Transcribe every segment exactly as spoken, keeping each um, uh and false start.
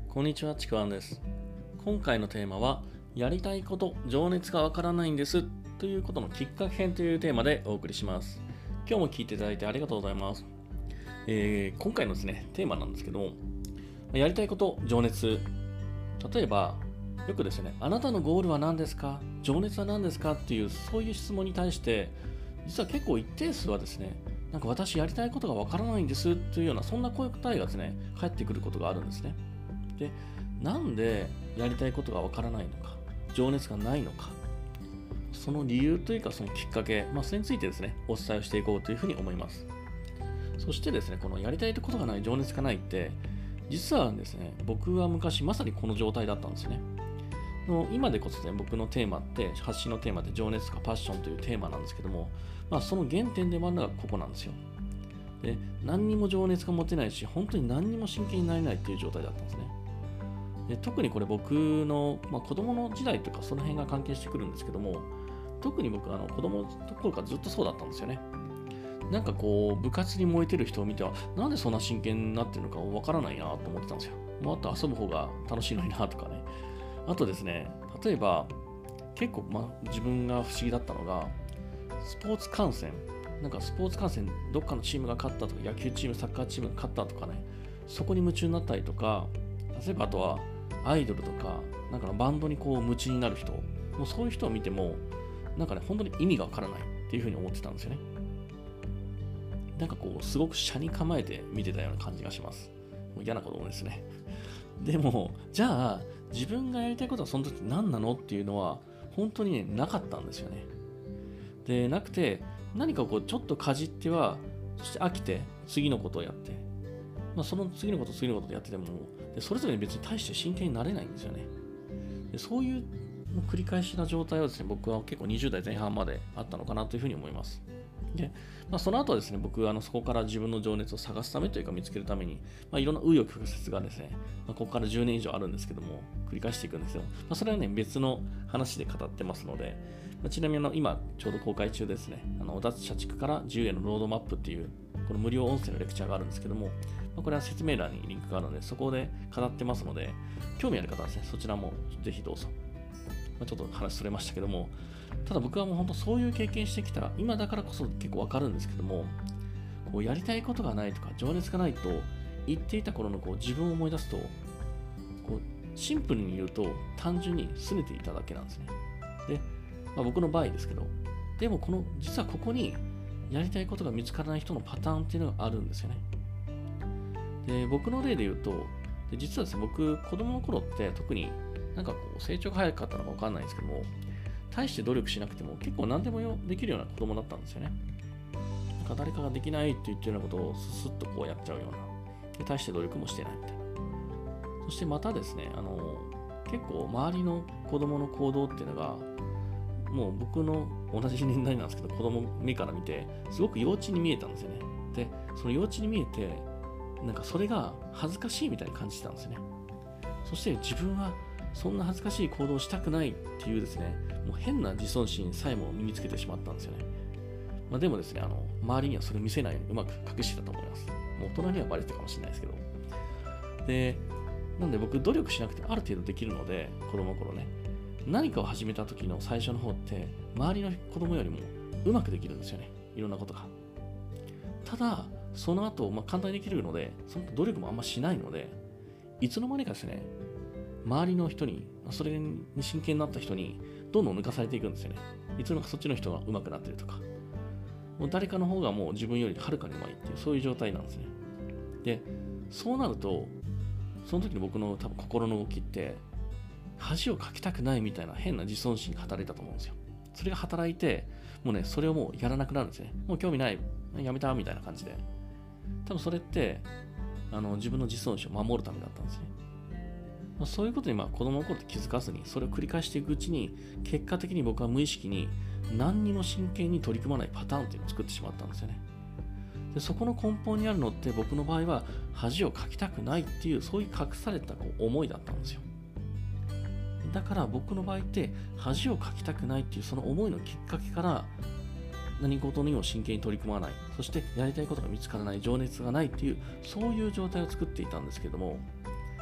こんにちは、ちくわんです。今回のテーマは、やりたいこと、情熱がわからないんですということのきっかけ編というテーマでお送りします。今日も聞いていただいてありがとうございます。えー、今回のですね、テーマなんですけども、やりたいこと、情熱。例えば、よくですね、あなたのゴールは何ですか？情熱は何ですか？っていう、そういう質問に対して、実は結構一定数はですね、なんか私やりたいことがわからないんですというような、そんな声答えがですね、返ってくることがあるんですね。で、なんでやりたいことがわからないのか、情熱がないのか、その理由というかそのきっかけ、まあ、それについてですね、お伝えをしていこうというふうに思います。そしてですね、このやりたいことがない、情熱がないって、実はですね、僕は昔まさにこの状態だったんですよね。の今でこそね、僕のテーマって、発信のテーマって情熱とかパッションというテーマなんですけども、まあ、その原点でもあるのがここなんですよ。で、何にも情熱が持てないし、本当に何にも真剣になれないっていう状態だったんですね。で特にこれ僕の、まあ、子供の時代とかその辺が関係してくるんですけども、特に僕はあの子供の頃からずっとそうだったんですよね。なんかこう部活に燃えてる人を見てはなんでそんな真剣になってるのかわからないなと思ってたんですよ。もっと遊ぶ方が楽しいのになとかね。あとですね、例えば結構、まあ、自分が不思議だったのがスポーツ観戦、なんかスポーツ観戦どっかのチームが勝ったとか野球チーム、サッカーチームが勝ったとかね、そこに夢中になったりとか、例えばあとはアイドルとか、なんかバンドにこう夢中になる人、もうそういう人を見ても、なんかね、本当に意味がわからないっていうふうに思ってたんですよね。なんかこう、すごく斜に構えて見てたような感じがします。もう嫌な子供ですね。でも、じゃあ、自分がやりたいことはその時何なのっていうのは、本当にね、なかったんですよね。で、なくて、何かこう、ちょっとかじっては、そして飽きて、次のことをやって、まあ、その次のこと、次のことやってても、でそれぞれに別に対して真剣になれないんですよね。でそういう繰り返しな状態はですね、僕は結構にじゅう代前半まであったのかなというふうに思います。で、まあ、その後はですね、僕はあのそこから自分の情熱を探すためというか見つけるために、まあ、いろんな紆余曲折がですね、まあ、ここからじゅうねん以上あるんですけども、繰り返していくんですよ。まあ、それはね、別の話で語ってますので、まあ、ちなみにあの今ちょうど公開中ですね、あの脱社畜から自由へのロードマップっていう、この無料音声のレクチャーがあるんですけども、まあ、これは説明欄にリンクがあるので、そこで語ってますので、興味ある方はですね、そちらもぜひどうぞ。まあ、ちょっと話それましたけども、ただ僕はもう本当そういう経験してきた今だからこそ結構わかるんですけども、こうやりたいことがないとか情熱がないと言っていた頃のこう自分を思い出すと、こうシンプルに言うと単純に拗ねていただけなんですね。で、まあ、僕の場合ですけど、でもこの実はここにやりたいことが見つからない人のパターンっていうのがあるんですよね。で、僕の例で言うと、で実はですね、僕子供の頃って特になんかこう成長が早かったのかわかんないんですけども、大して努力しなくても結構何でもできるような子供だったんですよね。なんか誰かができないって言ってるようなことをススッとこうやっちゃうような。で、大して努力もしてないみたいな。そしてまたですね、あの結構周りの子供の行動っていうのが、もう僕の同じ年代なんですけど、子供目から見てすごく幼稚に見えたんですよね。で、その幼稚に見えて、なんかそれが恥ずかしいみたいに感じてたんですよね。そして自分はそんな恥ずかしい行動をしたくないっていうですね、もう変な自尊心さえも身につけてしまったんですよね。まあ、でもですね、あの周りにはそれを見せないようにうまく隠してたと思います。もう大人にはバレてたかもしれないですけど。で、なんで僕努力しなくてある程度できるので、子供の頃ね、何かを始めた時の最初の方って周りの子供よりもうまくできるんですよね。いろんなことが。ただ、その後、まあ、簡単にできるので、その努力もあんましないので、いつの間にかですね、周りの人に、それに真剣になった人にどんどん抜かされていくんですよね。いつの間にかそっちの人が上手くなってるとか、もう誰かの方がもう自分よりはるかに上手いっていう、そういう状態なんですね。で、そうなると、その時の僕の多分心の動きって、恥をかきたくないみたいな変な自尊心が働いたと思うんですよ。それが働いて、もうね、それをもうやらなくなるんですね。もう興味ない、やめたみたいな感じで。多分それって、あの自分の自尊心を守るためだったんですね。まあ、そういうことにまあ子供の頃って気づかずに、それを繰り返していくうちに、結果的に僕は無意識に何にも真剣に取り組まないパターンっていうのを作ってしまったんですよね。で、そこの根本にあるのって僕の場合は恥をかきたくないっていう、そういう隠されたこう思いだったんですよ。だから僕の場合って恥をかきたくないっていうその思いのきっかけから、何事にも真剣に取り組まない、そしてやりたいことが見つからない、情熱がないっていう、そういう状態を作っていたんですけども、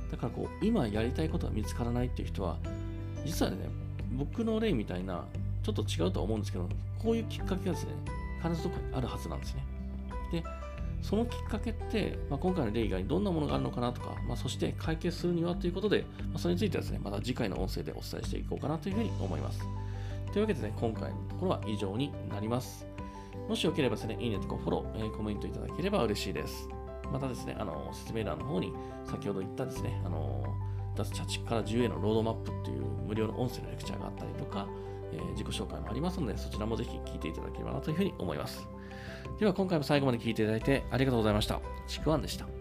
だからこう、今やりたいことが見つからないっていう人は、実はね、僕の例みたいな、ちょっと違うとは思うんですけど、こういうきっかけがですね、必ずどこかにあるはずなんですね。で、そのきっかけって、まあ、今回の例以外にどんなものがあるのかなとか、まあ、そして解決するにはということで、まあ、それについてはですね、また次回の音声でお伝えしていこうかなというふうに思います。というわけでね、今回のところは以上になります。もしよければですね、いいねとかフォロー、えー、コメントいただければ嬉しいです。またですね、あの、説明欄の方に先ほど言ったですね、あの、脱社畜から自由へのロードマップっていう無料の音声のレクチャーがあったりとか、えー、自己紹介もありますので、そちらもぜひ聞いていただければなというふうに思います。では今回も最後まで聞いていただいてありがとうございました。ちくわんでした。